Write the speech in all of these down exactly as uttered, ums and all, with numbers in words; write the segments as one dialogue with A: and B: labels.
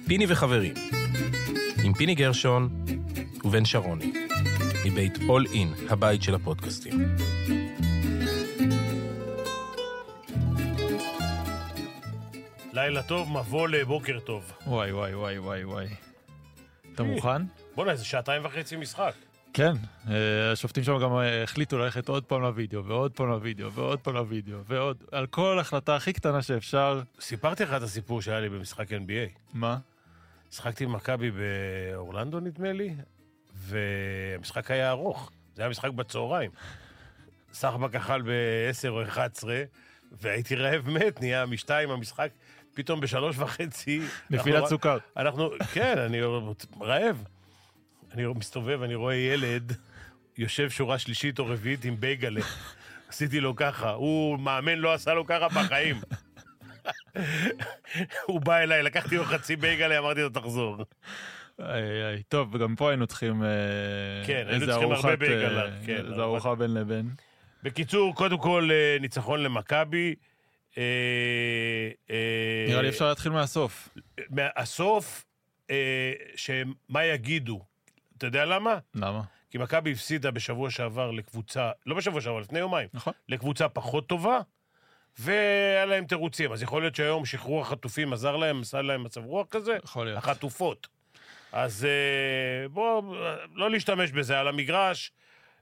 A: פיני וחברים, עם פיני גרשון ובן שרוני, מבית אול אין, הבית של הפודקאסטים.
B: לילה טוב, מבוא לבוקר טוב.
C: וואי, וואי, וואי, וואי, וואי. אתה מוכן?
B: בוא'נה, זה שעתיים וחצי משחק.
C: כן, השופטים שם גם החליטו ללכת עוד פעם לוידאו, ועוד פעם לוידאו, ועוד פעם לוידאו, ועוד, על כל החלטה הכי קטנה שאפשר.
B: סיפרתי לך את הסיפור שהיה לי במשחק אן בי איי.
C: מה?
B: שחקתי עם מכבי באורלנדו, נדמה לי, והמשחק היה ארוך. זה היה משחק בצהריים. סחבק אכל ב-עשר או אחת עשרה, והייתי רעב מת, נהיה משתיים המשחק, פתאום בשלוש וחצי...
C: נפילת סוכר.
B: אנחנו, כן, אני רעב. אני מסתובב, אני רואה ילד, יושב שורה שלישית או רביעית עם בייגלה. עשיתי לו ככה, הוא מאמן לא עשה לו ככה בחיים. הוא בא אליי, לקחתי לו חצי בייגלה, אמרתי לו תחזור.
C: איי, איי, טוב, וגם פה היינו צריכים...
B: כן, היינו צריכים הרבה בייגלה.
C: איזו ארוחה בין לבין.
B: בקיצור, קודם כל, ניצחון למכבי.
C: נראה לי אפשר להתחיל מהסוף.
B: מהסוף, שמה יגידו? אתה יודע למה?
C: למה?
B: כי מכבי הפסידה בשבוע שעבר לקבוצה, לא בשבוע שעבר, לפני יומיים,
C: נכון.
B: לקבוצה פחות טובה, והיה להם תירוצים. אז יכול להיות שהיום שחרור החטופים עזר להם, עשה להם מצב רוח כזה?
C: יכול להיות.
B: החטופות. אז בואו, לא להשתמש בזה. על המגרש,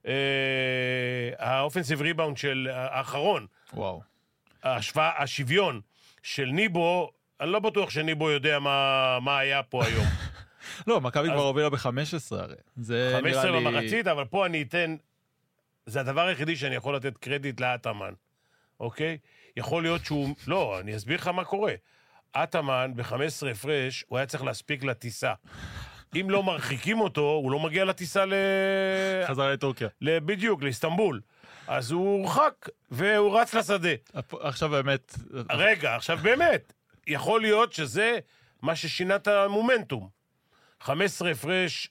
B: האופנסיב ריבאונד של האחרון,
C: וואו.
B: השוואה, השוויון של ניבו, אני לא בטוח שניבו יודע מה, מה היה פה היום.
C: לא, מכבי כבר הובילה ב-חמש עשרה הרי. זה
B: חמש עשרה במחצית, אבל פה אני אתן... זה הדבר היחידי שאני יכול לתת קרדיט לאטמן, אוקיי? יכול להיות שהוא... לא, אני אסביר לך מה קורה. אטמן ב-חמש עשרה הפרש, הוא היה צריך להספיק לטיסה. אם לא מרחיקים אותו, הוא לא מגיע לטיסה ל...
C: חזרה לטורקיה.
B: בדיוק, לאיסטנבול. אז הוא הורחק, והוא רץ לשדה.
C: עכשיו באמת...
B: רגע, עכשיו באמת. יכול להיות שזה מה ששינה את המומנטום. חמש עשרה הפרש,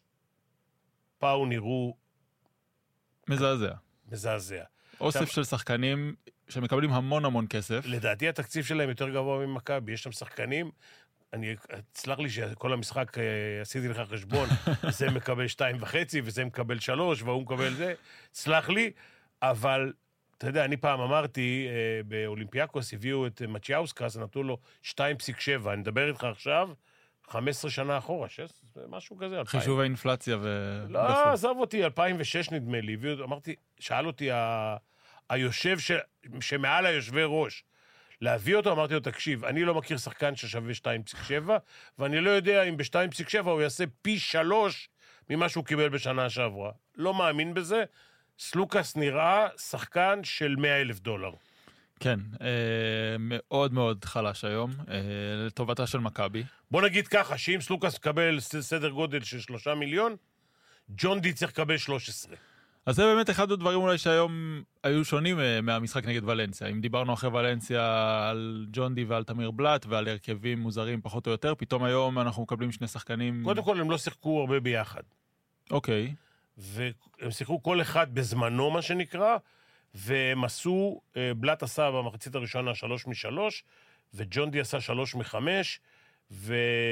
B: פאו נראו...
C: מזעזע.
B: מזעזע.
C: אוסף
B: עכשיו,
C: של שחקנים שמקבלים המון המון כסף.
B: לדעתי התקציב שלהם יותר גבוה ממכבי. יש שם שחקנים, אני, תסלח לי שכל המשחק עשיתי לך חשבון, זה מקבל שתיים וחצי, וזה מקבל שלוש, והוא מקבל זה. תסלח לי, אבל... אתה יודע, אני פעם אמרתי, אה, באולימפיאקוס הביאו את מצ'יאוסקס, נתנו לו שתיים נקודה שבע. אני מדבר איתך עכשיו, חמש עשרה שנה אחורה, שש, משהו כזה.
C: חישוב האינפלציה ו...
B: לא, עזב אותי, אלפיים ושש נדמה לי. הביאו, אמרתי, שאל אותי, ה... היושב ש... שמעל היושבי ראש, להביא אותו, אמרתי לו, תקשיב, אני לא מכיר שחקן ששווה שתיים נקודה שבע, ואני לא יודע אם ב-שתיים נקודה שבע הוא יעשה פי שלוש ממה שהוא קיבל בשנה שעברה. לא מאמין בזה. סלוקס נראה שחקן של מאה אלף דולר.
C: כן, אה, מאוד מאוד חלש היום, אה, לטובתה של מכבי.
B: בוא נגיד ככה, שאם סלוקס מקבל סדר גודל של שלושה מיליון, ג'ון די צריך לקבל שלוש עשרה.
C: אז זה באמת אחד הדברים אולי שהיום היו שונים מהמשחק נגד ולנסיה. אם דיברנו אחרי ולנסיה על ג'ון די ועל תמיר בלט ועל הרכבים מוזרים פחות או יותר, פתאום היום אנחנו מקבלים שני שחקנים...
B: קודם כל הם לא שיחקו הרבה ביחד.
C: אוקיי.
B: והם שיחקו כל אחד בזמנו, מה שנקרא, והם עשו, בלט עשה במחצית הראשונה שלוש משלוש, וג'ון די עשה שלוש מחמש, ו...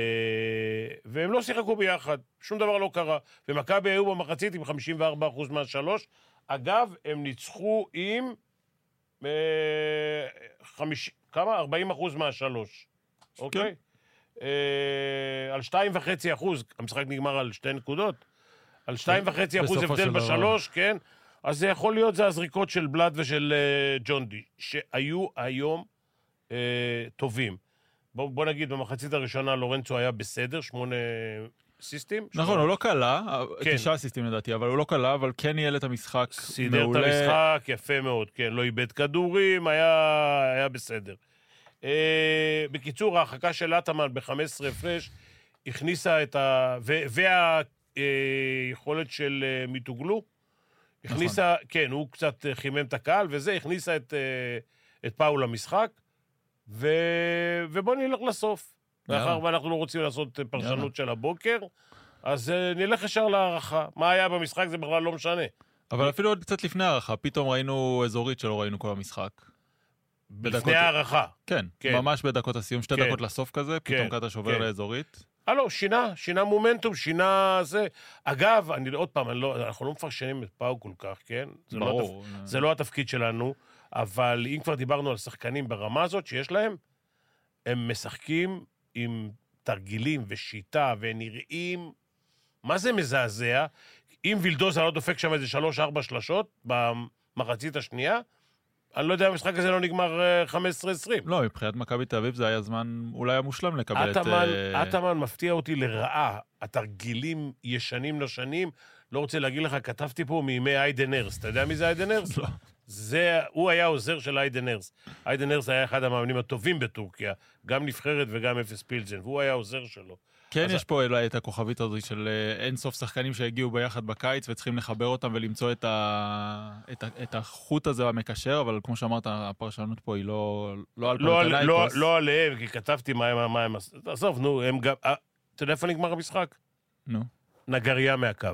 B: והם לא שיחקו ביחד, שום דבר לא קרה. ומכבי היו במחצית עם חמישים וארבעה אחוז מהשלוש. אגב, הם ניצחו עם אה, חמיש... כמה? ארבעים אחוז מהשלוש. אוקיי? אה, על שתיים וחצי אחוז, המשחק נגמר על שתי נקודות, על שתיים וחצי אחוז הבדל בשלוש, כן? אז זה יכול להיות, זה הזריקות של בלאט ושל uh, ג'ון די, שהיו היום uh, טובים. בוא, בוא נגיד, במחצית הראשונה לורנצו היה בסדר, שמונה סיסטים.
C: נכון,
B: שמונה...
C: הוא לא קלה,
B: כן.
C: תשעה סיסטים לדעתי, אבל הוא לא קלה, אבל כן ניהל את המשחק
B: סידר
C: מעולה.
B: את המשחק, יפה מאוד, כן, לא איבד כדורים, היה, היה בסדר. Uh, בקיצור, ההרחקה של אטמן ב-חמש עשרה הפרש, הכניסה את ה... וה... יכולת של מיתוגלו, הכניסה, כן, הוא קצת חימם את הקהל, וזה הכניסה את, את פאול למשחק, ו... ובוא נלך לסוף. מאחר ואנחנו לא רוצים לעשות פרשנות של הבוקר, אז נלך ישר להערכה. מה היה במשחק זה בכלל לא משנה.
C: אבל אפילו עוד קצת לפני הערכה, פתאום ראינו אזורית שלא ראינו כל המשחק.
B: לפני הערכה.
C: כן, ממש בדקות הסיום, שתי דקות לסוף כזה, פתאום קטש עובר לאזורית.
B: הלו, שינה, שינה מומנטום, שינה זה. אגב, אני, עוד פעם, אני לא, אנחנו לא מפרשנים את פאו כל כך, כן? זה
C: ברור.
B: לא, זה לא התפקיד שלנו, אבל אם כבר דיברנו על שחקנים ברמה הזאת שיש להם, הם משחקים עם תרגילים ושיטה, ונראים, מה זה מזעזע? אם וילדוזה לא דופק שם איזה שלוש, ארבע שלשות במחצית השנייה, אני לא יודע, המשחק הזה לא נגמר חמש עשרה עשרים.
C: לא, מבחינת מכבי תל אביב זה היה זמן אולי המושלם לקבל את...
B: אטמן מפתיע אותי לרעה. התרגילים ישנים נושנים, לא רוצה להגיד לך, כתבתי פה מימי איידן ארס. אתה יודע מי זה איידן ארס?
C: לא.
B: זה, הוא היה עוזר של איידן ארס. איידן ארס היה אחד המאמנים הטובים בטורקיה, גם נבחרת וגם אפס פילזן, והוא היה עוזר שלו.
C: כן, יש פה אולי את הכוכבית הזאת של אין סוף שחקנים שהגיעו ביחד בקיץ וצריכים לחבר אותם ולמצוא את, ה... את, ה... את החוט הזה המקשר, אבל כמו שאמרת, הפרשנות פה היא לא, לא על פנתנייקוס.
B: לא, לא, לא עליהם, כי כתבתי מה הם... מה הם... עזוב, נו, הם גם... אתה יודע איפה נגמר המשחק?
C: נו.
B: נגריה מהקו.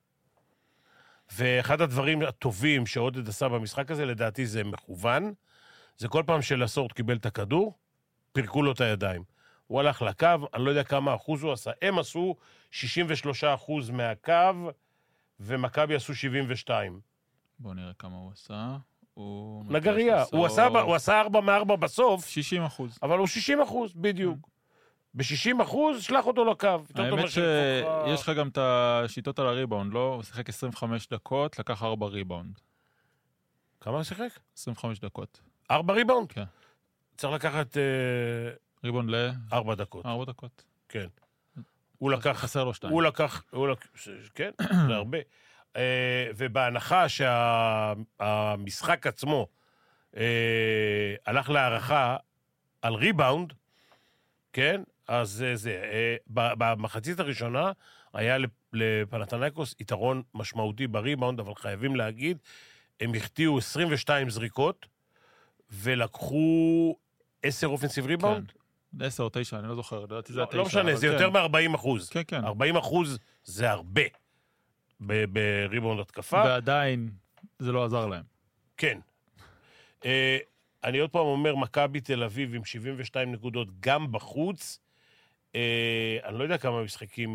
B: ואחד הדברים הטובים שעודד עשה במשחק הזה, לדעתי זה מכוון, זה כל פעם שלסורט קיבל את הכדור, פירקו לו את הידיים. הוא הלך לקו, אני לא יודע כמה אחוז הוא עשה. הם עשו שישים ושלושה אחוז מהקו, ומכבי עשו שבעים ושתיים.
C: בואו נראה כמה הוא עשה. הוא
B: נגריה. הוא עשה, הוא עשה ארבע מארבע בסוף.
C: שישים אחוז.
B: אבל הוא שישים אחוז, בדיוק. ב-שישים אחוז, שלח אותו לקו.
C: האמת שיש לך גם את השיטות על הריבאונד, לא? הוא שיחק עשרים וחמש דקות, לקח ארבע ריבאונד.
B: כמה הוא שיחק?
C: עשרים וחמש דקות.
B: ארבע ריבאונד?
C: כן.
B: צריך לקחת...
C: ריבאונד ל...
B: ארבע דקות.
C: ארבע דקות.
B: כן. הוא לקח...
C: חסר לו שתיים.
B: הוא לקח... כן, זה הרבה. ובהנחה שהמשחק עצמו הלך להערכה על ריבאונד, כן? אז זה... במחצית הראשונה היה לפנתנייקוס יתרון משמעותי בריבאונד, אבל חייבים להגיד, הם החטיאו עשרים ושתיים זריקות, ולקחו עשר אופנסיב ריבאונד.
C: כן. עשר או תשע, אני לא זוכר, לדעתי זה התשע.
B: לא משנה, זה יותר מ-ארבעים אחוז.
C: כן, כן.
B: ארבעים אחוז זה הרבה בריבאונד התקפה.
C: ועדיין זה לא עזר להם.
B: כן. אני עוד פעם אומר, מכבי תל אביב עם שבעים ושתיים נקודות גם בחוץ. אני לא יודע כמה משחקים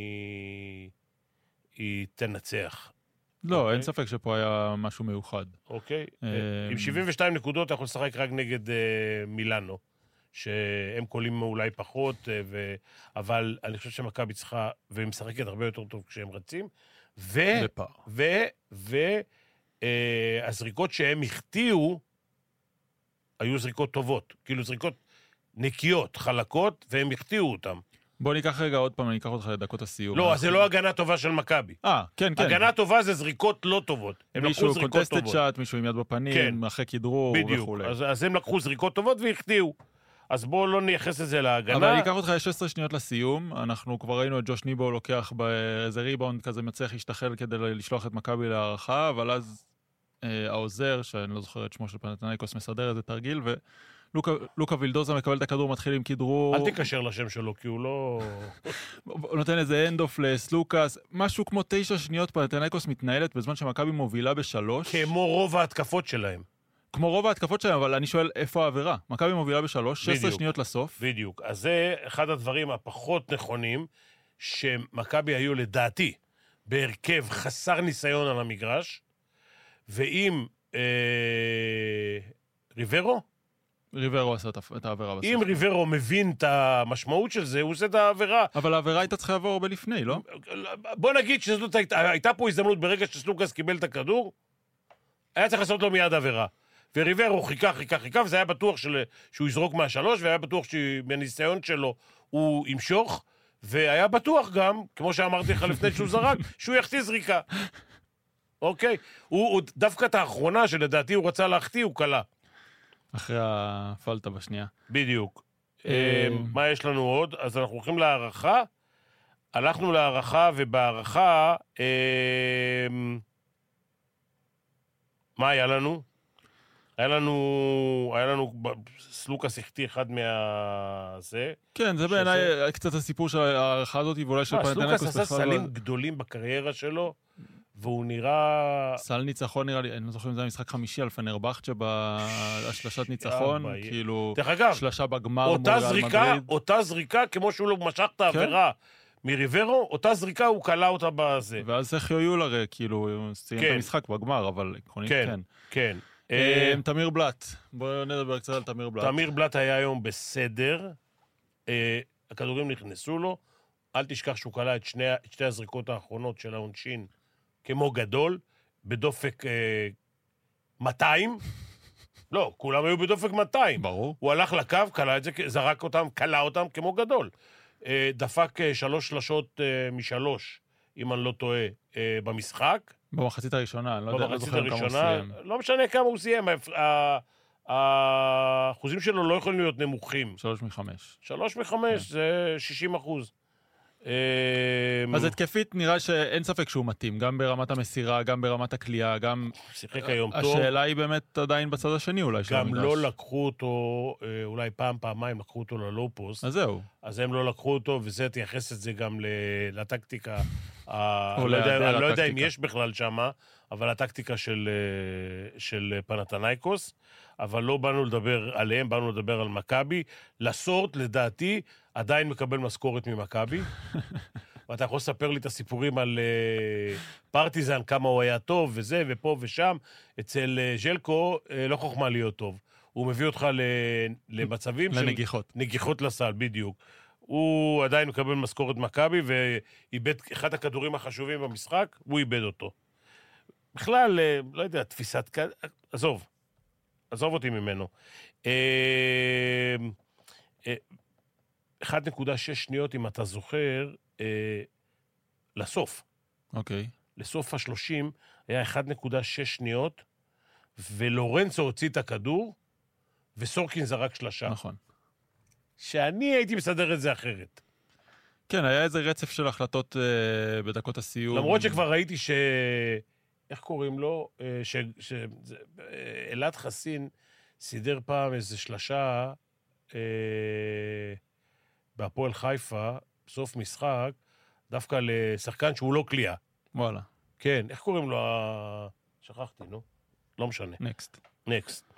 B: היא תנצח.
C: לא, אין ספק שפה היה משהו מיוחד.
B: אוקיי. עם שבעים ושתיים נקודות אתה יכול לשחק רק נגד מילאנו, שהם קולים אולי פחות, אבל אני חושב שמכבי צריכה, והיא משחקת הרבה יותר טוב כשהם רצים, והזריקות שהם החטיאו, היו זריקות טובות, כאילו זריקות נקיות, חלקות, והם החטיאו אותם.
C: בוא ניקח רגע עוד פעם, אני אקח אותך לדקות הסיום.
B: לא, זה לא הגנה טובה של מכבי.
C: אה, כן, כן.
B: הגנה טובה זה זריקות לא טובות.
C: מישהו קונטסטד שאט, מישהו עם יד בפנים, אחרי כדרור וכו'.
B: בדיוק, אז הם לקחו זריקות טובות והחטיאו. אז בואו לא נייחס את זה להגנה.
C: אבל אני אקח אותך שש עשרה שניות לסיום. אנחנו כבר ראינו את ג'וש ניבו לוקח באיזה ריבאונד כזה מצליח להשתחל כדי לשלוח את מכבי להערכה, אבל אז העוזר, שאני לא זוכר את שמו של פנתנייקוס, מסדר איזה תרגיל, ולוקה וילדוזה מקבל את הכדור, מתחיל עם כדרור.
B: אל תקשר לשם שלו, כי הוא לא...
C: הוא נותן איזה אנדופלס, לוקאס, משהו כמו תשע שניות פנתנייקוס מתנהלת בזמן שמכבי מובילה בשלוש.
B: כמו רוב ההתקפות שלהם.
C: כמו רוב ההתקפות שלהם, אבל אני שואל איפה העבירה. מכבי מובילה בשלוש, שש עשרה שניות לסוף.
B: בדיוק. אז זה אחד הדברים הפחות נכונים, שמכבי היו לדעתי בהרכב חסר ניסיון על המגרש, ואם אה, ריברו?
C: ריברו עשה את העבירה בסוף.
B: אם ריברו מבין את המשמעות של זה, הוא עושה את העבירה.
C: אבל העבירה הייתה צריכה לעבור הרבה לפני, לא?
B: בוא נגיד שזאת הייתה, הייתה פה הזדמנות ברגע שסלוקאס קיבל את הכדור, היה צריך לעשות לו מיד עבירה. וריברו חיכה, חיכה, חיכה, וזה היה בטוח של, שהוא יזרוק מהשלוש, והיה בטוח שבניסיון שלו הוא ימשוך, והיה בטוח גם, כמו שאמרתי לך לפני שהוא זרק, שהוא יחטיא זריקה. אוקיי? הוא, הוא דווקא את האחרונה שלדעתי הוא רצה להחטיא, הוא קלה.
C: אחרי הפלטה בשנייה.
B: בדיוק. מה יש לנו עוד? אז אנחנו הולכים להערכה. הלכנו להערכה, ובהערכה... מה היה לנו? היה לנו... היה לנו... סלוקאס החטיא אחד מה... זה.
C: כן, זה בעיניי קצת הסיפור של הערכה הזאת, ואולי של פנתנייקוס
B: סלוקאס עשה סלים גדולים בקריירה שלו, והוא נראה...
C: סל ניצחון נראה לי, אני לא זוכר אם זה המשחק חמישי על פנרבחצ'ה בהשלשת ניצחון, כאילו, שלשה בגמר מול ריאל מדריד.
B: אותה זריקה, כמו שהוא לא משך את העבירה מריברו, אותה זריקה הוא קלה אותה בזה.
C: ואז איך יהיו הרי, כאילו, הוא סיים את המשחק בגמר, אבל עקרונית כן.
B: כן,
C: כן. תמיר בלט, בואו נדבר קצת על תמיר בלט.
B: תמיר בלט היה היום בסדר, הכדורים נכנסו לו, אל תשכח שהוא קלה את שתי הזריקות האחרונות של העונשין, כמו גדול, בדופק אה, מאתיים. לא, כולם היו בדופק מאתיים.
C: ברור.
B: הוא הלך לקו, קלה את זה, זרק אותם, קלה אותם כמו גדול. אה, דפק אה, שלוש שלשות אה, משלוש, אם אני לא טועה, אה, במשחק.
C: במחצית הראשונה, אני לא יודע, לא
B: במחצית
C: זוכר כמה הוא
B: הראשונה,
C: סיים.
B: לא משנה כמה הוא סיים, ה- האחוזים שלו לא יכולים להיות נמוכים.
C: שלוש מחמש.
B: שלוש מחמש, זה שישים אחוז.
C: אז התקפית נראה שאין ספק שהוא מתאים, גם ברמת המסירה, גם ברמת הקליעה, גם...
B: שיחק היום טוב.
C: השאלה היא באמת עדיין בצד השני אולי.
B: גם לא לקחו אותו, אולי פעם, פעמיים לקחו אותו ללופוס.
C: אז זהו.
B: אז הם לא לקחו אותו, וזה תייחס את זה גם לטקטיקה.
C: או
B: אני לא יודע אם יש בכלל שמה, אבל הטקטיקה של פנתנייקוס, אבל לא באנו לדבר עליהם, באנו לדבר על מכבי. לסורט, לדעתי, עדיין מקבל משכורת ממכבי. ואתה יכול לספר לי את הסיפורים על פרטיזן, כמה הוא היה טוב, וזה, ופה ושם. אצל ז'לקו לא חוכמה להיות טוב. הוא מביא אותך למצבים של...
C: לנגיחות.
B: נגיחות לסל, בדיוק. הוא עדיין מקבל משכורת מכבי, ואיבד אחד הכדורים החשובים במשחק, והוא איבד אותו. בכלל, לא יודע, תפיסת... עזוב. עזוב אותי ממנו. אחת נקודה שש שניות, אם אתה זוכר, לסוף.
C: אוקיי.
B: לסוף השלושים היה אחת נקודה שש שניות, ולורנצו הוציא את הכדור, וסורקין זרק שלשה.
C: נכון.
B: שאני הייתי מסדר את זה אחרת.
C: כן, היה איזה רצף של החלטות אה, בדקות הסיום.
B: למרות שכבר ראיתי ש... איך קוראים לו? ש... ש... אלעד חסין סידר פעם איזה שלשה אה... בהפועל חיפה, בסוף משחק, דווקא לשחקן שהוא לא קליעה.
C: וואלה.
B: כן, איך קוראים לו? ה... שכחתי, נו. לא משנה.
C: נקסט.
B: נקסט.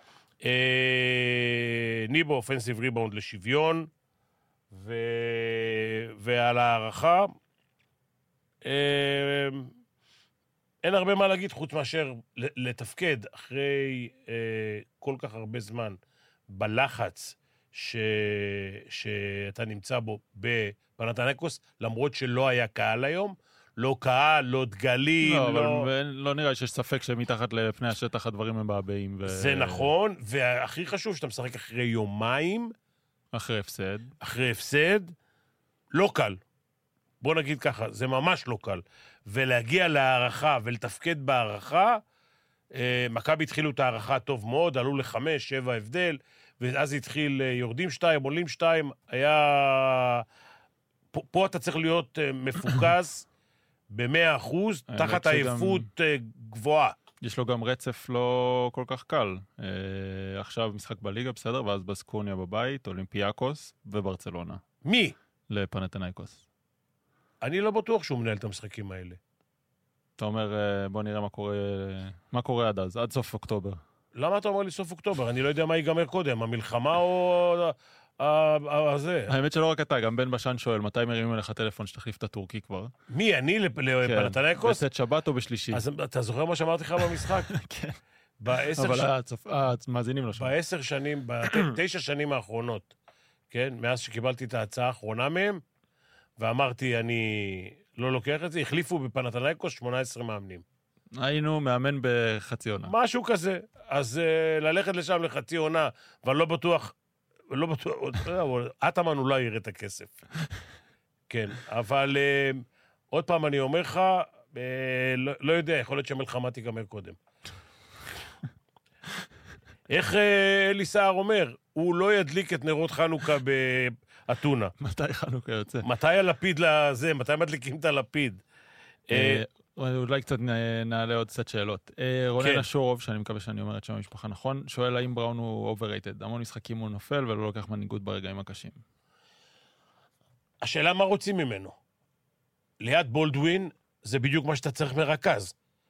B: אה... ניבו, אופנסיב ריבאונד לשוויון, ו... ועל הערכה, אה... אין הרבה מה להגיד חוץ מאשר לתפקד אחרי אה, כל כך הרבה זמן בלחץ ש... שאתה נמצא בו בפנתנייקוס, למרות שלא היה קהל היום, לא קהל, לא דגלים,
C: לא...
B: לא...
C: אבל לא נראה שיש ספק שמתחת לפני השטח הדברים הם בעבעים. ו...
B: זה נכון, והכי חשוב שאתה משחק אחרי יומיים,
C: אחרי הפסד.
B: אחרי הפסד, לא קל. בוא נגיד ככה, זה ממש לא קל. ולהגיע להערכה ולתפקד בהערכה, אה, מכבי התחילו את הערכה טוב מאוד, עלו לחמש, שבע הבדל, ואז התחיל אה, יורדים שתיים, עולים שתיים, היה... פה, פה אתה צריך להיות אה, מפוקס ב-מאה אחוז, תחת עייפות שגם... אה, גבוהה.
C: יש לו גם רצף לא כל כך קל. אה, עכשיו משחק בליגה, בסדר, ואז בסקוניה בבית, אולימפיאקוס וברצלונה.
B: מי?
C: לפנתנייקוס.
B: אני לא בטוח שהוא מנהל את המשחקים האלה. אתה
C: אומר, בוא נראה מה קורה, מה קורה עד אז, עד סוף אוקטובר.
B: למה אתה אומר לי סוף אוקטובר? אני לא יודע מה ייגמר קודם, המלחמה או... הזה.
C: האמת שלא רק אתה, גם בן בשן שואל, מתי מרימים לך טלפון שתחליף את הטורקי כבר?
B: מי, אני לפנתנייקוס?
C: בסט שבת או בשלישי?
B: אז אתה זוכר מה שאמרתי לך במשחק?
C: כן.
B: אבל
C: המאזינים לא שם.
B: בעשר שנים, בתשע שנים האחרונות, כן, מאז שקיבלתי את ההצעה האחרונה מהם, ואמרתי, אני לא לוקח את זה, החליפו בפנתנייקוס שמונה עשרה מאמנים.
C: היינו מאמן בחצי עונה.
B: משהו כזה. אז uh, ללכת לשם לחצי עונה, אבל לא בטוח, לא בטוח, אטמן אולי יראה את הכסף. כן, אבל uh, עוד פעם אני אומר לך, uh, לא, לא יודע, יכול להיות שהמלחמה תיגמר קודם. איך uh, אלי סער אומר? הוא לא ידליק את נרות חנוכה באתונה.
C: מתי חנוכה יוצא?
B: מתי הלפיד לזה? מתי מדליקים את הלפיד?
C: אולי קצת נעלה עוד קצת שאלות. רונן אשורוב, שאני מקווה שאני אומר את שם המשפחה נכון, שואל האם בראון הוא overrated. המון משחקים הוא נופל ולא לוקח מנהיגות ברגעים הקשים.
B: השאלה מה רוצים ממנו? ליד בולדווין זה בדיוק מה שאתה צריך מרכז.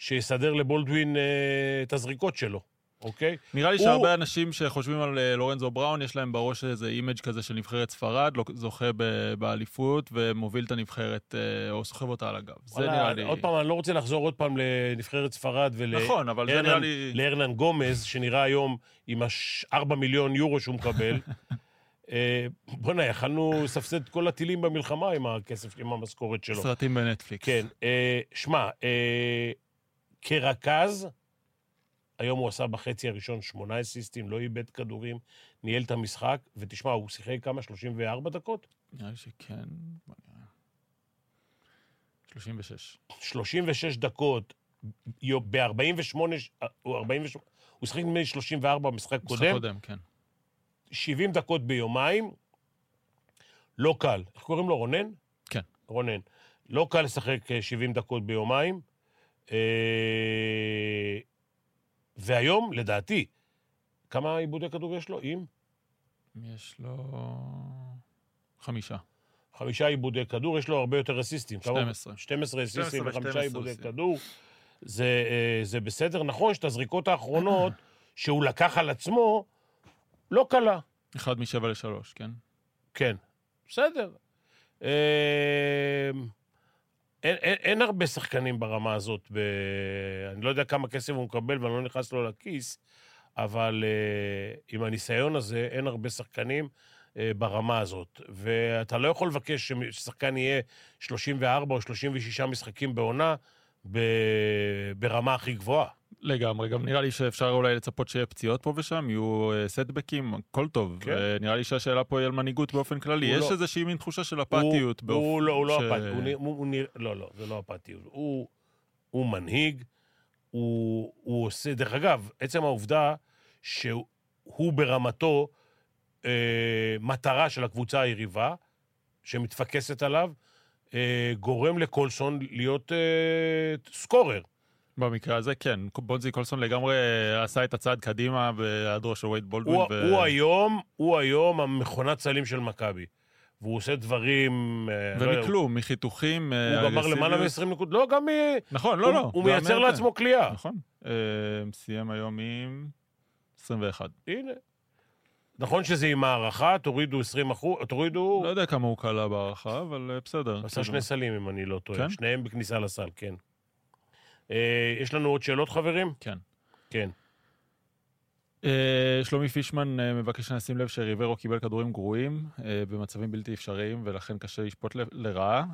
B: שיסדר לבולדווין את הזריקות שלו, אוקיי?
C: נראה לי שהרבה אנשים שחושבים על לורנזו בראון, יש להם בראש איזה אימג' כזה של נבחרת ספרד, זוכה באליפות, ומוביל את הנבחרת, או סוחב אותה על הגב. זה נראה לי...
B: עוד פעם, אני לא רוצה לחזור עוד פעם לנבחרת ספרד,
C: נכון, אבל זה נראה לי...
B: לארנן גומז, שנראה היום עם ארבעה מיליון יורו שהוא מקבל. בוא'נה, יכלנו לספסד כל הטילים במלחמה עם הכסף, עם המשכורת שלו.
C: סרטים בנטפליקס.
B: כן, שמע, כרכז, היום הוא עשה בחצי הראשון שמונה אסיסטים, לא איבד כדורים, ניהל את המשחק, ותשמע, הוא שיחק כמה? שלושים וארבע דקות?
C: נראה לי שכן. שלושים ושש.
B: שלושים ושש דקות, ב-ארבעים ושמונה, הוא שיחק מ-שלושים וארבע במשחק קודם.
C: משחק קודם, כן.
B: שבעים דקות ביומיים, לא קל. איך קוראים לו? רונן?
C: כן.
B: רונן. לא קל לשחק שבעים דקות ביומיים. והיום, לדעתי, כמה עיבודי כדור יש לו? אם?
C: יש לו חמישה.
B: חמישה עיבודי כדור, יש לו הרבה יותר אסיסטים.
C: שתים עשרה.
B: שתים עשרה אסיסטים וחמישה עיבודי כדור. זה, זה בסדר. נכון שאת הזריקות האחרונות שהוא לקח על עצמו, לא קלה.
C: אחד משבע לשלוש, כן?
B: כן. בסדר. אין, אין, אין הרבה שחקנים ברמה הזאת. ב... אני לא יודע כמה כסף הוא מקבל, ואני לא נכנס לו לכיס, אבל עם הניסיון הזה, אין הרבה שחקנים ברמה הזאת. ואתה לא יכול לבקש ששחקן יהיה שלושים וארבע או שלושים ושש משחקים בעונה, ב... ברמה הכי גבוהה.
C: לגמרי, גם נראה לי שאפשר אולי לצפות שיהיה פציעות פה ושם, יהיו סטבקים, הכל טוב.
B: כן.
C: נראה לי שהשאלה פה היא על מנהיגות באופן כללי. יש
B: לא...
C: איזושהי מין תחושה של אפתיות.
B: הוא,
C: באופן
B: הוא לא, הוא לא
C: ש...
B: אפתיות. הוא, הוא, הוא, לא, לא, זה לא אפתיות. הוא, הוא מנהיג, הוא, הוא עושה, דרך אגב, עצם העובדה שהוא ברמתו אה, מטרה של הקבוצה היריבה, שמתפקסת עליו, אה, גורם לקולסון להיות אה, סקורר.
C: במקרה הזה, כן. בונזי קולסון לגמרי עשה את הצעד קדימה בהיעדרו של וייד בולדווין.
B: הוא,
C: ו...
B: הוא היום, הוא היום המכונת צלים של מכבי. והוא עושה דברים...
C: ומכלום, מחיתוכים,
B: הוא גמר למעלה מ-עשרים נקודות. לא, גם מ...
C: נכון, לא, לא.
B: הוא מייצר לעצמו קליעה.
C: נכון. סיים היום עם עשרים ואחת.
B: הנה. נכון שזה עם הערכה, תורידו עשרים אחוז, תורידו...
C: לא יודע כמה הוא קלה בערכה, אבל בסדר.
B: עשה שני סלים, אם אני לא טועה.
C: כן?
B: שניהם בכניסה לסל, כן. יש לנו עוד שאלות, חברים?
C: כן.
B: כן.
C: שלומי פישמן מבקש לשים לב שריברו קיבל כדורים גרועים במצבים בלתי אפשריים, ולכן קשה לשפוט לרעה.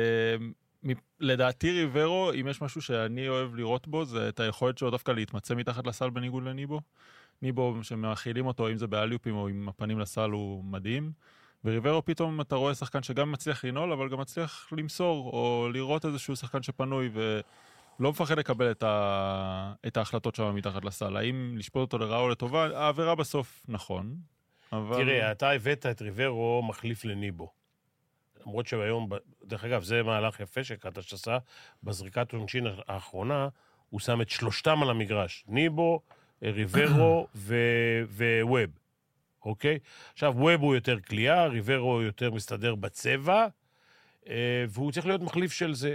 C: לדעתי ריברו, אם יש משהו שאני אוהב לראות בו, זה את היכולת שלו דווקא להתמצא מתחת לסל בניגוד לניבו. ניבו שמאכילים אותו, אם זה באליופים או עם הפנים לסל, הוא מדהים. וריברו פתאום אתה רואה שחקן שגם מצליח לנעול, אבל גם מצליח למסור, או לראות איזשהו שחקן שפנוי, ולא מפחד לקבל את, ה... את ההחלטות שם מתחת לסל. האם לשפוט אותו לרעה או לטובה? העבירה בסוף נכון, אבל...
B: תראה, אתה הבאת את ריברו מחליף לניבו. למרות שהיום, דרך אגב, זה מהלך יפה שקטש עשה, בזריקת עונשין האחרונה, הוא שם את שלושתם על המגרש. ניבו, ריברו וווב. אוקיי? עכשיו, ווב הוא יותר קליעה, ריברו הוא יותר מסתדר בצבע, והוא צריך להיות מחליף של זה.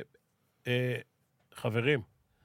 B: חברים,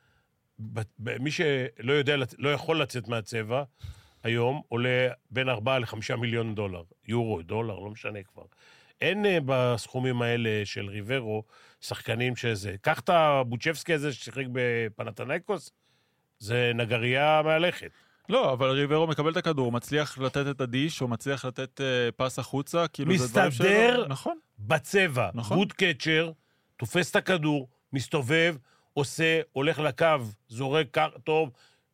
B: מי שלא יודע, לא יכול לצאת מהצבע, היום עולה בין ארבעה לחמישה מיליון דולר. יורו, דולר, לא משנה כבר. אין בסכומים האלה של ריברו שחקנים שזה. קח את הבוצ'בסקי הזה ששיחק בפנתנייקוס, זה נגרייה מהלכת.
C: לא, אבל ריברו מקבל את הכדור, מצליח לתת את הדיש, או מצליח לתת uh, פס החוצה, כאילו זה דברים שלו.
B: מסתדר
C: נכון.
B: בצבע,
C: נכון.
B: גוד קצ'ר, תופס את הכדור, מסתובב, עושה, הולך לקו, זורק טוב.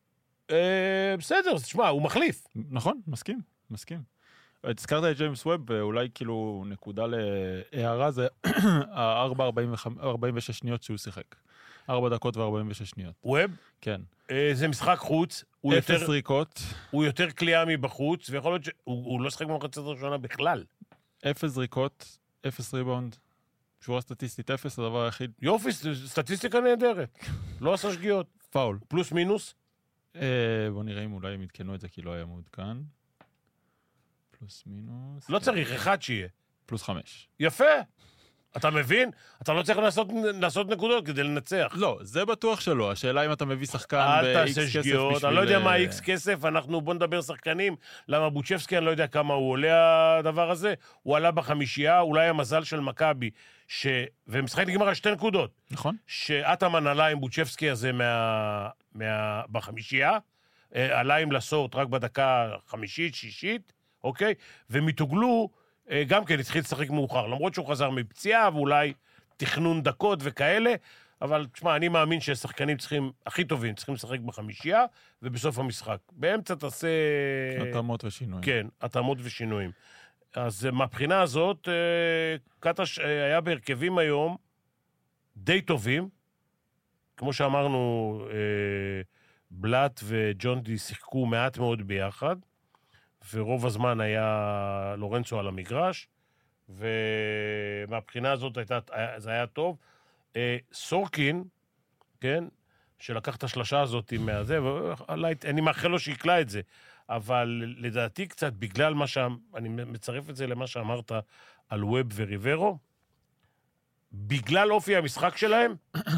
B: אה, בסדר, תשמע, הוא מחליף.
C: נכון, מסכים, מסכים. הזכרת את ג'יימס ווב, ואולי כאילו נקודה להערה, זה ה-ארבע ארבעים ושש שניות שהוא שיחק. ארבע דקות ו-ארבעים ושש שניות.
B: ווב?
C: כן.
B: אה, זה משחק חוץ.
C: אפס זריקות.
B: הוא יותר קליעה מבחוץ, ויכול להיות שהוא לא שחק במחצית הראשונה בכלל.
C: אפס זריקות, אפס ריבאונד. שורה סטטיסטית אפס, הדבר היחיד.
B: יופי, סטטיסטיקה נהדרת. לא עשה שגיאות.
C: פאול.
B: פלוס מינוס?
C: בוא נראה אם אולי הם יתקנו את זה, כי לא היה מעודכן. פלוס מינוס.
B: לא צריך, אחד שיהיה.
C: פלוס חמש.
B: יפה. אתה מבין? אתה לא צריך לעשות, לעשות נקודות כדי לנצח.
C: לא, זה בטוח שלא. השאלה אם אתה מביא שחקן
B: אל
C: ב-X
B: תעשה
C: כסף
B: שגיאות,
C: בשביל...
B: אני לא יודע מה X כסף, אנחנו בוא נדבר שחקנים, למה בוצ'בסקי, אני לא יודע כמה הוא עולה הדבר הזה, הוא עלה בחמישייה, אולי המזל של מכבי, ש... ומשחק נגמר על שתי נקודות.
C: נכון.
B: שאטמן עלה עם בוצ'בסקי הזה מה... מה... בחמישייה, עלה עם לסורט רק בדקה חמישית, שישית, אוקיי? ומתוגלו, גם כן התחיל לשחק מאוחר, למרות שהוא חזר מפציעה, ואולי תכנון דקות וכאלה, אבל תשמע, אני מאמין שהשחקנים צריכים, הכי טובים, צריכים לשחק בחמישייה, ובסוף המשחק. באמצע תעשה...
C: התאמות ושינויים.
B: כן, התאמות ושינויים. אז מהבחינה הזאת, קטש היה בהרכבים היום די טובים, כמו שאמרנו, בלט וג'ונדי שיחקו מעט מאוד ביחד, ורוב הזמן היה לורנצו על המגרש, ומהבחינה הזאת הייתה, זה היה טוב. סורקין, כן, שלקח את השלשה הזאת מהזה, ואני מאחל לו שיקלה את זה, אבל לדעתי קצת, בגלל מה ש... אני מצרף את זה למה שאמרת על ווב וריברו, בגלל אופי המשחק שלהם,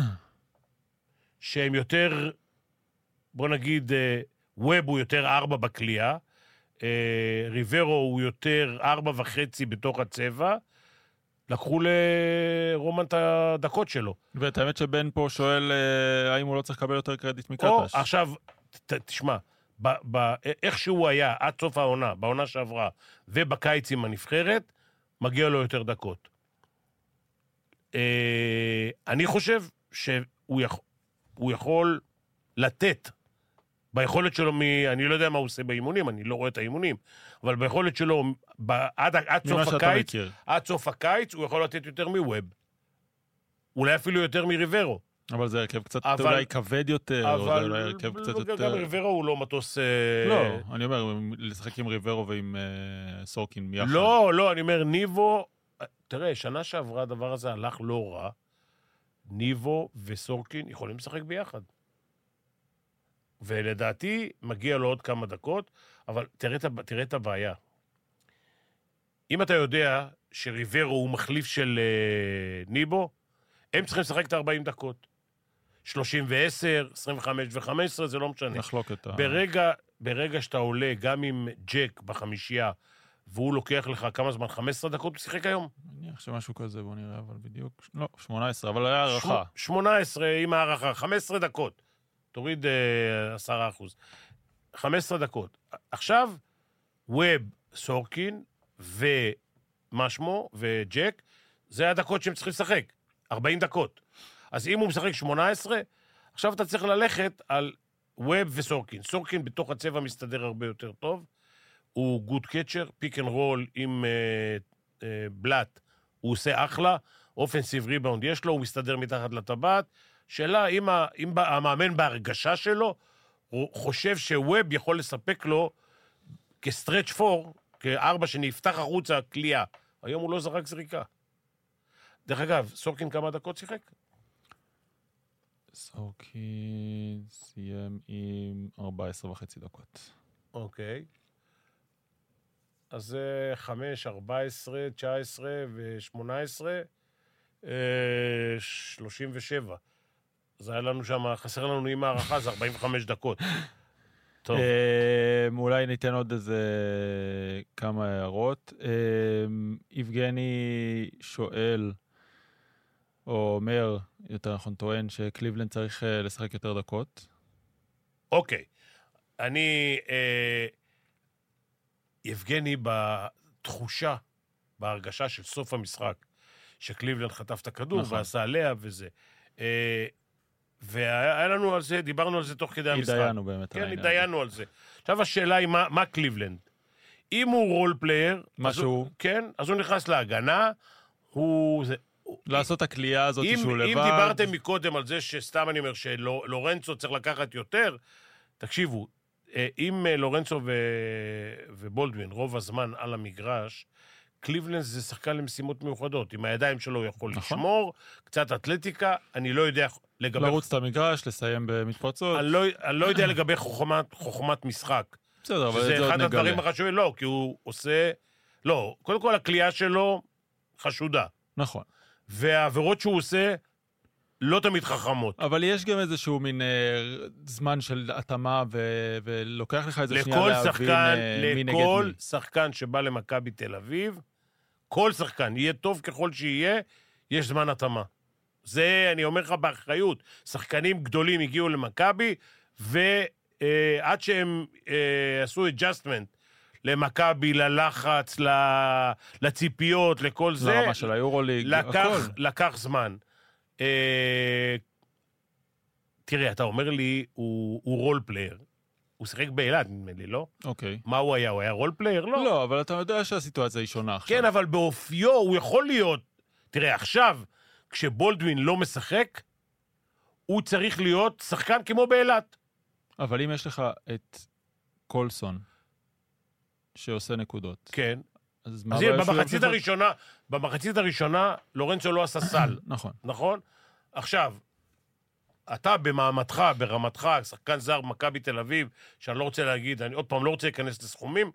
B: שהם יותר, בוא נגיד, ווב הוא יותר ארבע בקליעה, ריברו הוא יותר ארבע וחצי בתוך הצבע, לקחו לרומן את הדקות שלו.
C: ואת האמת שבן פה שואל האם הוא לא צריך לקבל יותר קרדיט מקטש.
B: או, עכשיו, ת, תשמע, ב, ב, איך שהוא היה עד סוף העונה, בעונה שעברה, ובקיץ עם הנבחרת, מגיע לו יותר דקות. אה, אני חושב שהוא יכול, הוא יכול לתת, ביכולת שלו, מ... אני לא יודע מה הוא עושה באימונים, אני לא רואה את האימונים, אבל ביכולת שלו, ב... עד, עד סוף הקיץ, עד סוף הקיץ, הוא יכול לתת יותר מווב. אולי אפילו יותר מריברו.
C: אבל זה הרכב קצת
B: אבל...
C: אולי כבד יותר,
B: אבל...
C: או זה אולי הרכב קצת יותר...
B: גם ריברו הוא לא מטוס...
C: לא, אני אומר, לשחק עם ריברו ועם uh, סורקין מיחד.
B: לא, לא, אני אומר, ניבו... תראה, שנה שעברה הדבר הזה הלך לא רע, ניבו וסורקין יכולים לשחק ביחד. ולדעתי מגיע לו עוד כמה דקות, אבל תראה, תראה את הבעיה. אם אתה יודע שריברו הוא מחליף של uh, ניבו, הם צריכים לשחק את ארבעים דקות. שלושים ועשר, עשרים וחמש וחמש עשרה, זה לא משנה.
C: נחלוק את ה...
B: ברגע, ברגע שאתה עולה גם עם ג'ק בחמישייה, והוא לוקח לך כמה זמן, חמש עשרה דקות, הוא שיחק היום?
C: אני חושב שמשהו כזה, בוא נראה, אבל בדיוק... לא, שמונה עשרה, אבל היה הערכה.
B: שמונה עשרה עם הערכה, חמש עשרה דקות. תוריד עשרה אחוז. חמש עשרה דקות. עכשיו, ווב, סורקין ומה שמו וג'ק, זה הדקות שהם צריכים לשחק. ארבעים דקות. אז אם הוא משחק שמונה עשרה, עכשיו אתה צריך ללכת על ווב וסורקין. סורקין בתוך הצבע מסתדר הרבה יותר טוב. הוא גוד קצ'ר, פיק אנד רול עם uh, uh, בלט. הוא עושה אחלה. אופנסיב ריבאונד יש לו, הוא מסתדר מתחת לטבעת. שאלה, אם, ה, אם המאמן בהרגשה שלו, הוא חושב שווב יכול לספק לו כסטרץ' פור, כארבע שנפתח החוצה קליעה. היום הוא לא זרק זריקה. דרך אגב, סורקין כמה דקות שיחק?
C: סורקין סיים עם ארבע עשרה וחצי דקות.
B: אוקיי. אז זה חמש, ארבע עשרה, תשע עשרה ו-שמונה עשרה, שלושים ושבע. זה היה לנו שם, חסר לנו עם הערכה, זה ארבעים וחמש דקות. טוב.
C: אולי ניתן עוד איזה כמה הערות. יבגני שואל, או אומר, יותר נכון טוען, שקליבלנד צריך לשחק יותר דקות.
B: אוקיי. אני, יבגני, בתחושה, בהרגשה של סוף המשחק, שקליבלנד חטף את הכדור, ועשה עליה וזה. והיה לנו על זה, דיברנו על זה תוך כדי המשחק.
C: התדיינו באמת.
B: כן, התדיינו על זה. עכשיו השאלה היא, מה, מה קליבלנד? אם הוא רול פלייר,
C: משהו.
B: כן, אז הוא נכנס להגנה, הוא... זה,
C: לעשות את הקליעה הזאת
B: אם,
C: שהוא לבד.
B: אם דיברתם מקודם על זה שסתם אני אומר שלורנצו צריך לקחת יותר, תקשיבו, אם לורנצו ו... ובולדווין רוב הזמן על המגרש, קליבלנד זה שחקן למשימות מיוחדות. עם הידיים שלו הוא יכול נכון. לשמור, קצת אתלטיקה, אני לא יודע לגבי...
C: לרוץ את המגרש, לסיים במתפרצות.
B: אני לא, אני לא יודע לגבי חוכמת, חוכמת משחק.
C: בסדר, אבל זה עוד נגלה.
B: זה אחד הדברים החשובים, לא, כי הוא עושה... לא, קודם כל הקליעה שלו חשודה.
C: נכון.
B: והעבירות שהוא עושה לא תמיד חכמות.
C: אבל יש גם איזשהו מין אה, זמן של התאמה, ו- ולוקח לך איזה שנייה להבין
B: שחקן,
C: אה, מי נגד
B: לכל
C: מי.
B: שחקן שבא למכבי תל אביב, כל שחקן, יהיה טוב ככל שיהיה, יש זמן התאמה. זה, אני אומר לך באחריות, שחקנים גדולים הגיעו למכבי, ועד שהם אה, עשו adjustment למכבי, ללחץ, לציפיות, לכל זה,
C: לרמה של היורוליג,
B: לקח,
C: הכל.
B: לקח זמן. אה, תראה, אתה אומר לי, הוא, הוא רול פלייר. הוא שיחק באילת, נדמה לי, לא?
C: אוקיי.
B: מה הוא היה? הוא היה רול פלייר? לא.
C: לא, אבל אתה יודע שהסיטואציה היא שונה עכשיו.
B: כן, אבל באופיו הוא יכול להיות... תראה, עכשיו, כשבולדווין לא משחק, הוא צריך להיות שחקן כמו באילת.
C: אבל אם יש לך את קולסון, שעושה נקודות.
B: כן.
C: אז מה
B: אז
C: הבעיה
B: הנה,
C: שהוא
B: במחצית
C: ימשיך?
B: הראשונה, במחצית הראשונה, לורנצו לא עשה סל.
C: נכון.
B: נכון? עכשיו, אתה במעמדך, ברמתך, שחקן זר במכבי תל אביב, שאני לא רוצה להגיד, אני עוד פעם לא רוצה להיכנס לסכומים,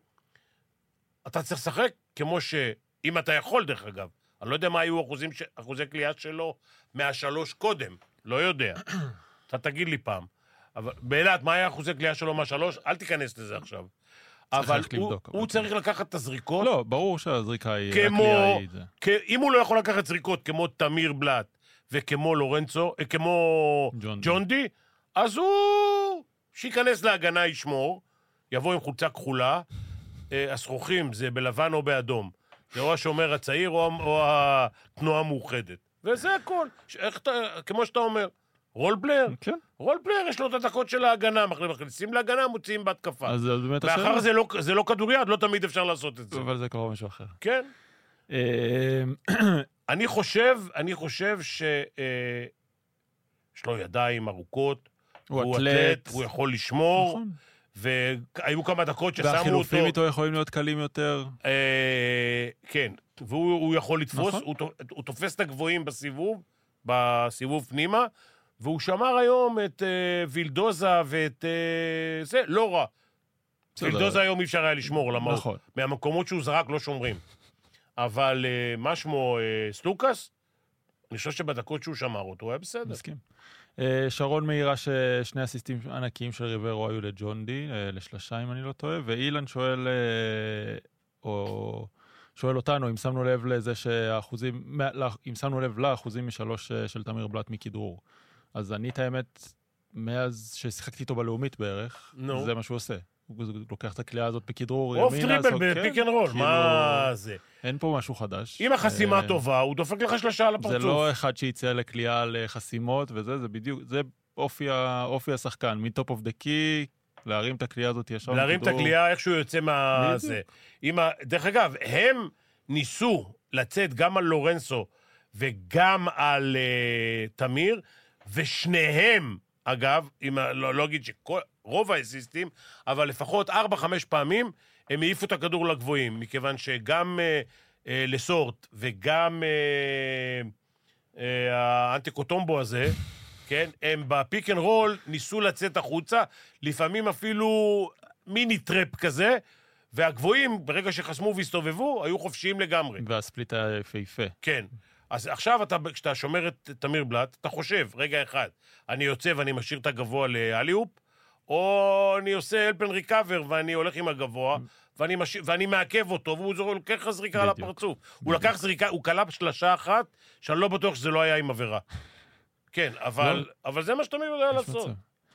B: אתה צריך לשחק כמו ש... אם אתה יכול, דרך אגב. אני לא יודע מה היו אחוזים ש... אחוזי קליעה שלו מהשלוש קודם. לא יודע. אתה תגיד לי פעם. אבל באילת, מה היה אחוזי קליעה שלו מהשלוש? אל תיכנס לזה עכשיו. אבל הוא,
C: לבדוק,
B: הוא
C: אבל
B: צריך לקחת את הזריקות.
C: לא, ברור שהזריקה היא...
B: כמו...
C: הקליעה היא זה.
B: כ... אם הוא לא יכול לקחת זריקות כמו תמיר בלאט וכמו לורנצו, כמו
C: ג'ון די.
B: ג'ון די, אז הוא שייכנס להגנה ישמור, יבוא עם חולצה כחולה, הסרוחים זה בלבן או באדום. זה או השומר הצעיר או, או התנועה המאוחדת. וזה הכל. איך אתה, כמו שאתה אומר, רול פלייר.
C: כן.
B: רול פלייר יש לו את הדקות של ההגנה, מכניסים להגנה, מוציאים בהתקפה.
C: אז זה באמת
B: מאחר
C: השאלה.
B: זה לא, זה לא כדוריד, לא תמיד אפשר לעשות את זה.
C: אבל זה קורה משהו אחר.
B: כן.
C: אה,
B: אני חושב, אני חושב ש... אה, יש לו ידיים ארוכות,
C: הוא
B: הוא
C: אתלט.
B: אתלט, הוא יכול לשמור,
C: נכון.
B: והיו כמה דקות ששמו אותו...
C: והחילופים איתו יכולים להיות קלים יותר.
B: אה, כן, והוא הוא יכול לתפוס,
C: נכון.
B: הוא, הוא תופס את הגבוהים בסיבוב, בסיבוב פנימה, והוא שמר היום את אה, וילדוזה ואת... אה, זה, לא רע.
C: בסדר.
B: וילדוזה היום אי אפשר היה לשמור, למה הוא-
C: נכון.
B: מהמקומות שהוא זרק לא שומרים. אבל אה, מה שמו אה, סלוקס? אני חושב שבדקות שהוא שמר אותו, הוא היה בסדר.
C: מסכים. אה, שרון מאירה ששני אסיסטים ענקיים של ריברו היו לג'ון די, אה, לשלושה אם אני לא טועה, ואילן שואל, אה, או שואל אותנו, אם שמנו לב לזה שהאחוזים, מה- לא, אם שמנו לב לאחוזים משלוש אה, של תמיר בלאט מכדרור. אז אני את האמת, מאז ששיחקתי איתו בלאומית בערך,
B: נו.
C: זה מה שהוא עושה. הוא לוקח את הקליעה הזאת בכדרור
B: אוף
C: ימינה,
B: טריבל
C: סוג-
B: בפיק
C: כן,
B: אנד רול,
C: כאילו,
B: מה זה?
C: אין פה משהו חדש.
B: אם החסימה
C: אה,
B: טובה, הוא דופק לך שלושה על
C: זה
B: הפרצוף.
C: לא אחד שיצא לקליעה על חסימות וזה, זה בדיוק, זה אופי, ה- אופי השחקן, מטופ אוף דה קי, להרים את הקליעה הזאת ישר
B: להרים את
C: מכדרור.
B: הקליעה איך שהוא יוצא מה...
C: בדיוק.
B: זה. עם ה... דרך אגב, הם ניסו לצאת גם על לורנסו וגם על uh, תמיר, ושניהם, אגב, עם ה... לא, לא אגיד שרוב האסיסטים, אבל לפחות ארבע, חמש פעמים, הם העיפו את הכדור לגבוהים, מכיוון שגם uh, uh, לסורט וגם uh, uh, האנטיקוטומבו הזה, כן, הם בפיק אנד רול ניסו לצאת החוצה, לפעמים אפילו מיני טרפ כזה, והגבוהים, ברגע שחסמו והסתובבו, היו חופשיים לגמרי.
C: והספליט היה יפהפה.
B: כן. אז עכשיו, אתה, כשאתה שומר את תמיר בלאט, אתה חושב, רגע אחד, אני יוצא ואני משאיר את הגבוה לאליופ, או אני עושה אלפן ריקאבר ואני הולך עם הגבוה, ואני, מש... ואני מעכב אותו, והוא לוקח לך זריקה על
C: בדיוק.
B: הפרצוף. הוא לקח זריקה, הוא קלע שלשה אחת, שאני לא בטוח שזה לא היה עם עבירה. כן, אבל,
C: לא.
B: אבל זה מה שתמיר יודע
C: יש
B: לעשות.
C: מצב.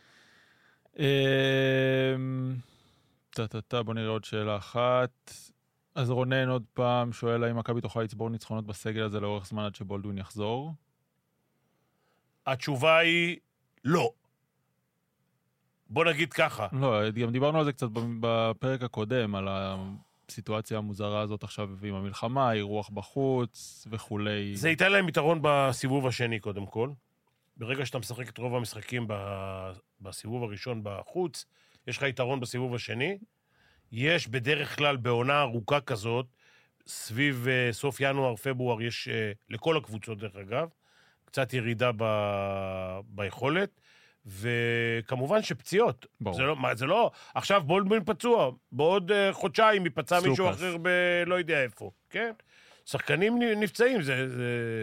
C: אמ, טה-טה-טה, בוא נראה עוד שאלה אחת. אז רונן עוד פעם שואל האם מכבי תוכל לצבור ניצחונות בסגל הזה לאורך זמן עד שבולדווין יחזור?
B: התשובה היא לא. בוא נגיד ככה.
C: לא, גם דיברנו על זה קצת בפרק הקודם, על הסיטואציה המוזרה הזאת עכשיו עם המלחמה, אירוח בחוץ וכולי.
B: זה ייתן להם יתרון בסיבוב השני קודם כל. ברגע שאתה משחק את רוב המשחקים בסיבוב הראשון בחוץ, יש לך יתרון בסיבוב השני. יש בדרך כלל בעונה ארוכה כזאת, סביב uh, סוף ינואר, פברואר, יש uh, לכל הקבוצות דרך אגב, קצת ירידה ב... ביכולת, וכמובן שפציעות.
C: ברור.
B: זה לא, מה, זה לא, עכשיו בולדווין פצוע, בעוד uh, חודשיים ייפצע מישהו
C: סלוקס.
B: אחר ב... לא יודע איפה, כן? שחקנים נפצעים, זה, זה,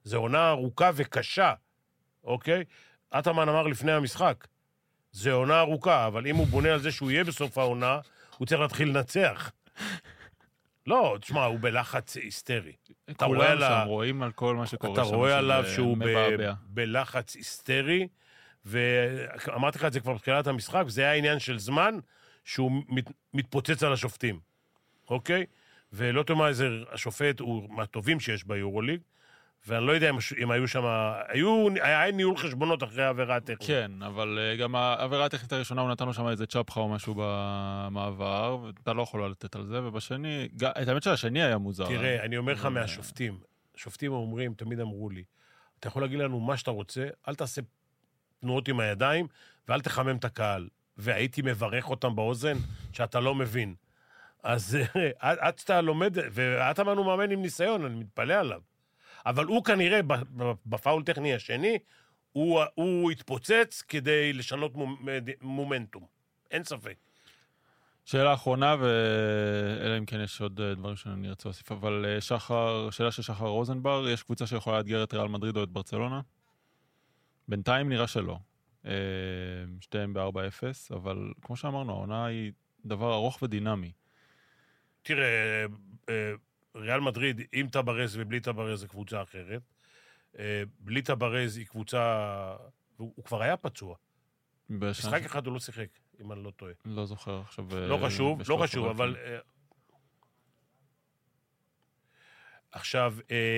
B: זו עונה ארוכה וקשה, אוקיי? אטמן אמר לפני המשחק, זו עונה ארוכה, אבל אם הוא בונה על זה שהוא יהיה בסוף העונה, הוא צריך להתחיל לנצח. לא, תשמע, הוא בלחץ היסטרי.
C: כולם שם רואים על כל מה שקורה שם.
B: אתה רואה עליו שהוא בלחץ היסטרי, ואמרתי לך את זה כבר בתחילת המשחק, וזה היה עניין של זמן שהוא מתפוצץ על השופטים, אוקיי? ולא תאמר איזה השופט הוא מהטובים שיש ביורוליג, ואני לא יודע אם היו שם, היו, היה ניהול חשבונות אחרי העבירה הטכנית.
C: כן, אבל גם העבירה הטכנית הראשונה, הוא נתן לו שם איזה צ'פחה או משהו במעבר, ואתה לא יכול לתת על זה, ובשני, את האמת שהשני היה מוזר.
B: תראה, אני אומר לך מהשופטים, שופטים אומרים, תמיד אמרו לי, אתה יכול להגיד לנו מה שאתה רוצה, אל תעשה תנועות עם הידיים, ואל תחמם את הקהל. והייתי מברך אותם באוזן, שאתה לא מבין. אז עד שאתה לומד, ואתה אמרנו מאמן עם ניסיון, אני מתפלא עליו. אבל הוא כנראה, בפאול טכני השני, הוא, הוא התפוצץ כדי לשנות מומנטום. אין ספק.
C: שאלה אחרונה, ואלה אם כן יש עוד דברים שאני ארצה להוסיף, אבל שחר, שאלה של שחר רוזנבר, יש קבוצה שיכולה לאתגר את ריאל מדריד או את ברצלונה? בינתיים נראה שלא. שתיהם ב-ארבע אפס, אבל כמו שאמרנו, העונה היא דבר ארוך ודינמי.
B: תראה, ריאל מדריד, עם טברז ובלי טברז, זה קבוצה אחרת. בלי טברז היא קבוצה... הוא כבר היה פצוע. משחק אחד הוא לא שיחק, אם אני לא טועה.
C: לא זוכר עכשיו...
B: לא חשוב, לא חשוב, אבל... עכשיו,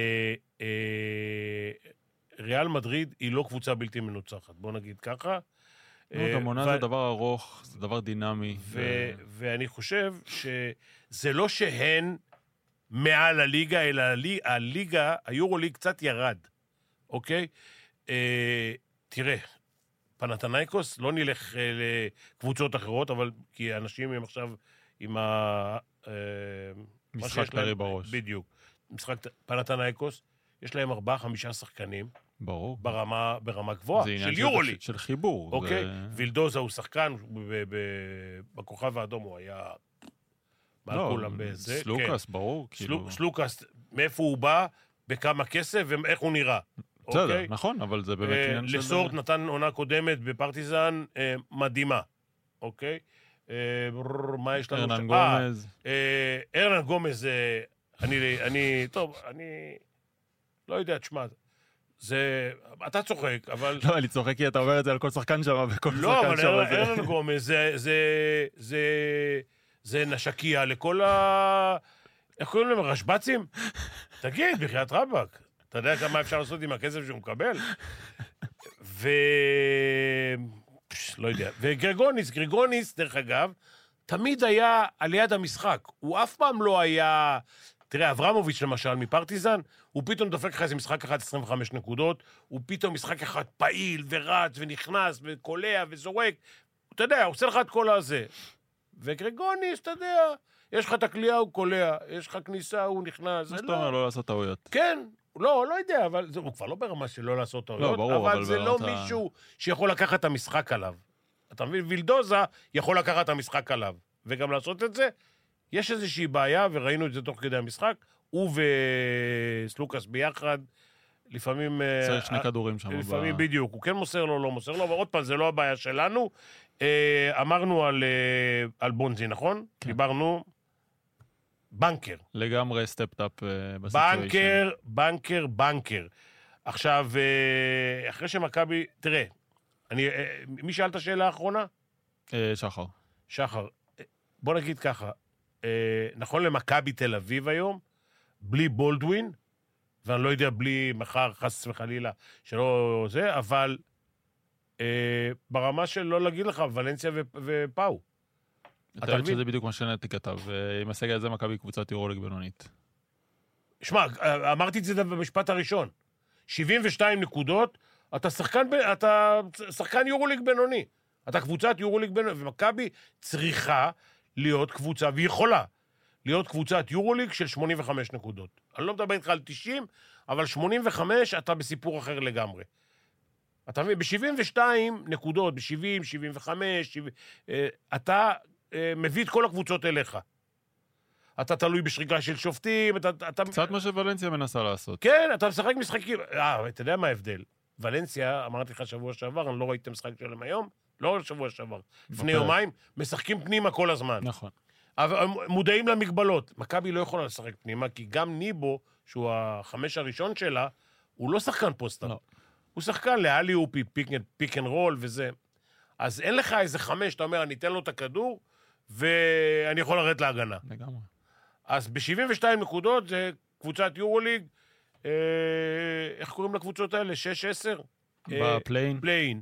B: ריאל מדריד היא לא קבוצה בלתי מנוצחת, בוא נגיד ככה.
C: המונה זה דבר ארוך, זה דבר דינמי.
B: ואני חושב שזה לא שהן מעל הליגה, אלא הליגה, היורוליג קצת ירד, אוקיי? תראה, פנתנייקוס, לא נלך לקבוצות אחרות, אבל כי אנשים הם עכשיו עם ה...
C: משחק פרי בראש.
B: בדיוק. משחק פנתנייקוס, יש להם ארבעה, חמישה שחקנים.
C: ברור.
B: ברמה, ברמה גבוהה, של יורוליג.
C: של חיבור.
B: אוקיי? וילדוזה הוא שחקן, בכוכב האדום הוא היה...
C: לא, סלוקאס, ברור.
B: סלוקאס, מאיפה הוא בא, בכמה כסף ואיך הוא נראה.
C: בסדר, נכון, אבל זה באמת עניין של...
B: לסורט נתן עונה קודמת בפרטיזן מדהימה. אוקיי? מה יש לנו?
C: ארנן גומז.
B: ארנן גומז, אני... טוב, אני... לא יודע, תשמע... זה... אתה צוחק, אבל...
C: לא, אני צוחק כי אתה אומר את זה על כל שחקן שם, וכל שחקן שם...
B: לא, אבל ארנן גומז, זה... זה נשקיה לכל ה... איך קוראים להם? רשבצים? תגיד, בחיית רבק. אתה יודע כמה אפשר לעשות עם הכסף שהוא מקבל? ו... לא יודע. וגרגוניס, גרגוניס, דרך אגב, תמיד היה על יד המשחק. הוא אף פעם לא היה... תראה, אברמוביץ' למשל, מפרטיזן, הוא פתאום דופק לך איזה משחק אחד עשרים וחמש נקודות, הוא פתאום משחק אחד פעיל ורץ ונכנס וקולע וזורק. אתה יודע, הוא עושה לך את כל הזה. וגרגוניס, אתה יודע, יש לך את הקליעה, הוא קולע, יש לך כניסה, הוא נכנס.
C: מה שאתה אומר, לא לעשות טעויות.
B: כן, לא, לא יודע, אבל הוא כבר לא ברמה של לא לעשות טעויות,
C: לא, ברור,
B: אבל זה לא מישהו שיכול לקחת את המשחק עליו. אתה מבין? וילדוזה יכול לקחת את המשחק עליו, וגם לעשות את זה. יש איזושהי בעיה, וראינו את זה תוך כדי המשחק, הוא וסלוקאס ביחד, לפעמים...
C: צריך שני כדורים שם.
B: לפעמים בדיוק, הוא כן מוסר לו, לא מוסר לו, אבל עוד פעם, זה לא הבעיה שלנו. אמרנו על, על בונזי, נכון? כן. דיברנו בנקר.
C: לגמרי סטפט-אפ בסיטואשן.
B: בנקר, בנקר, בנקר. עכשיו, אחרי שמכבי, תראה, אני, מי שאל את השאלה האחרונה?
C: שחר.
B: שחר, בוא נגיד ככה, נכון למכבי תל אביב היום, בלי בולדווין, ואני לא יודע בלי מחר חס וחלילה שלא זה, אבל אה, ברמה של לא להגיד לך, ולנסיה ו- ופאו.
C: אתה יודע שזה בדיוק מה שנתי כתב, עם הסגל הזה מכבי קבוצת יורוליג בינונית.
B: שמע, אמרתי את זה במשפט הראשון. שבעים ושתיים נקודות, אתה שחקן, אתה שחקן יורוליג בינוני. אתה קבוצת יורוליג בינוני, ומכבי צריכה להיות קבוצה, והיא יכולה להיות קבוצת יורוליג של שמונים וחמש נקודות. אני לא מדבר איתך על תשעים, אבל שמונים וחמש אתה בסיפור אחר לגמרי. אתה מבין, ב-שבעים ושתיים נקודות, ב-שבעים, שבעים וחמש, שבעים, אתה מביא את כל הקבוצות אליך. אתה תלוי בשריקה של שופטים, אתה... אתה...
C: קצת מה שוולנסיה מנסה לעשות.
B: כן, אתה משחק משחקים... אה, אתה יודע מה ההבדל? ולנסיה, אמרתי לך שבוע שעבר, אני לא ראיתי את המשחק שלהם היום, לא שבוע שעבר, לפני יומיים, משחקים פנימה כל הזמן.
C: נכון.
B: אבל מודעים למגבלות. מכבי לא יכולה לשחק פנימה, כי גם ניבו, שהוא החמש הראשון שלה, הוא לא שחקן פוסטר.
C: לא.
B: הוא שחקן לאלי-אופי, פיק אנד רול וזה. אז אין לך איזה חמש, אתה אומר, אני אתן לו את הכדור, ואני יכול לרדת להגנה.
C: לגמרי.
B: אז ב-שבעים ושתיים נקודות זה קבוצת יורוליג, אה, איך קוראים לקבוצות האלה? שש עשר?
C: בפליין?
B: פליין.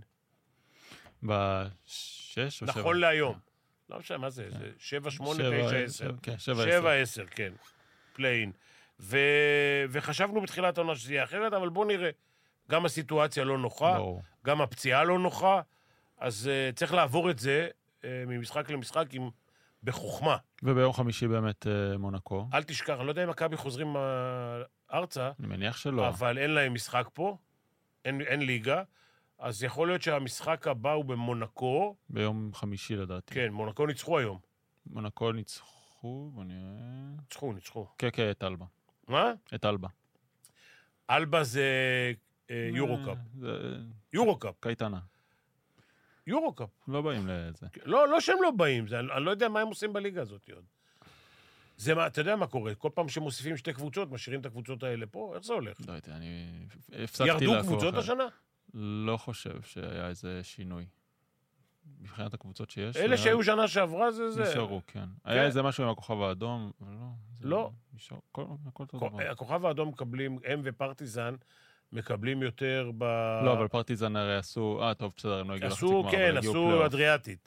C: בשש או שבע?
B: נכון להיום. לא משנה, מה זה? זה שבע, שמונה, תשע, עשר.
C: כן, שבע,
B: שבע, עשר, כן. פליין. וחשבנו בתחילת העונה שזה יהיה אחרת, אבל בואו נראה. גם הסיטואציה לא נוחה, גם הפציעה לא נוחה, אז צריך לעבור את זה ממשחק למשחק עם... בחוכמה.
C: וביום חמישי באמת מונקו.
B: אל תשכח, אני לא יודע אם מכבי חוזרים ארצה.
C: אני מניח שלא.
B: אבל אין להם משחק פה, אין, אין ליגה, אז יכול להיות שהמשחק הבא הוא במונקו.
C: ביום חמישי לדעתי.
B: כן, מונקו ניצחו היום.
C: מונקו ניצחו, בוא נראה...
B: ניצחו, ניצחו.
C: כן, כן, את אלבה.
B: מה?
C: את אלבה.
B: אלבה זה אה, יורו-קאפ.
C: זה...
B: יורו-קאפ.
C: קייטנה.
B: יורו-קאפ.
C: לא באים לזה.
B: לא, לא שהם לא באים, זה, אני לא יודע מה הם עושים בליגה הזאת עוד. זה מה, אתה יודע מה קורה? כל פעם שמוסיפים שתי קבוצות, משאירים את הקבוצות האלה פה, איך זה הולך?
C: לא יודע, אני הפסקתי לעקוב.
B: ירדו קבוצות השנה?
C: לא חושב שהיה איזה שינוי. מבחינת הקבוצות שיש.
B: אלה שהיו שנה שעברה זה זה.
C: נשארו, כן. היה איזה משהו עם הכוכב האדום, אבל לא.
B: לא.
C: נשאר, כל, הכל אותו דבר.
B: הכוכב האדום מקבלים, הם ופרטיזן, מקבלים יותר ב...
C: לא, אבל פרטיזן הרי עשו... אה, טוב, בסדר, הם לא הגיעו לחצי גמר,
B: כן, עשו אדריאטית.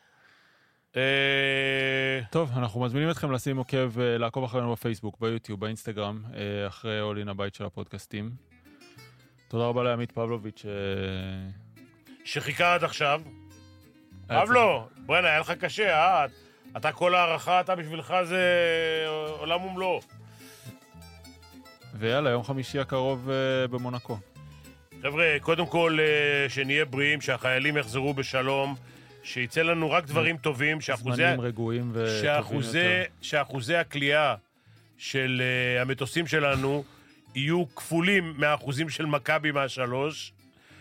C: טוב, אנחנו מזמינים אתכם לשים עוקב, לעקוב אחרינו בפייסבוק, ביוטיוב, באינסטגרם, אחרי אולין הבית של הפודקאסטים. תודה רבה לעמית פבלוביץ'
B: שחיכה עד עכשיו. פבלו, ברנה, היה לך קשה, אה? אתה כל הערכה, אתה בשבילך זה עולם ומלואו.
C: ויאללה, יום חמישי הקרוב במונקו.
B: חבר'ה, קודם כל שנהיה בריאים, שהחיילים יחזרו בשלום, שיצא לנו רק דברים טובים,
C: זמנים רגועים וטובים יותר.
B: שאחוזי הקליעה של המטוסים שלנו יהיו כפולים מהאחוזים של מכבי מהשלוש,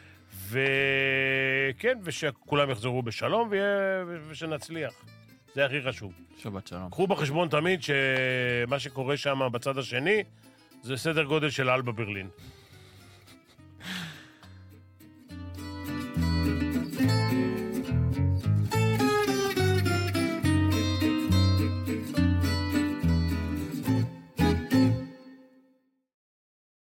B: וכן, ושכולם יחזרו בשלום ושנצליח. זה הכי חשוב.
C: שבת שלום.
B: קחו בחשבון תמיד שמה שקורה שם בצד השני זה סדר גודל של אלבה ברלין.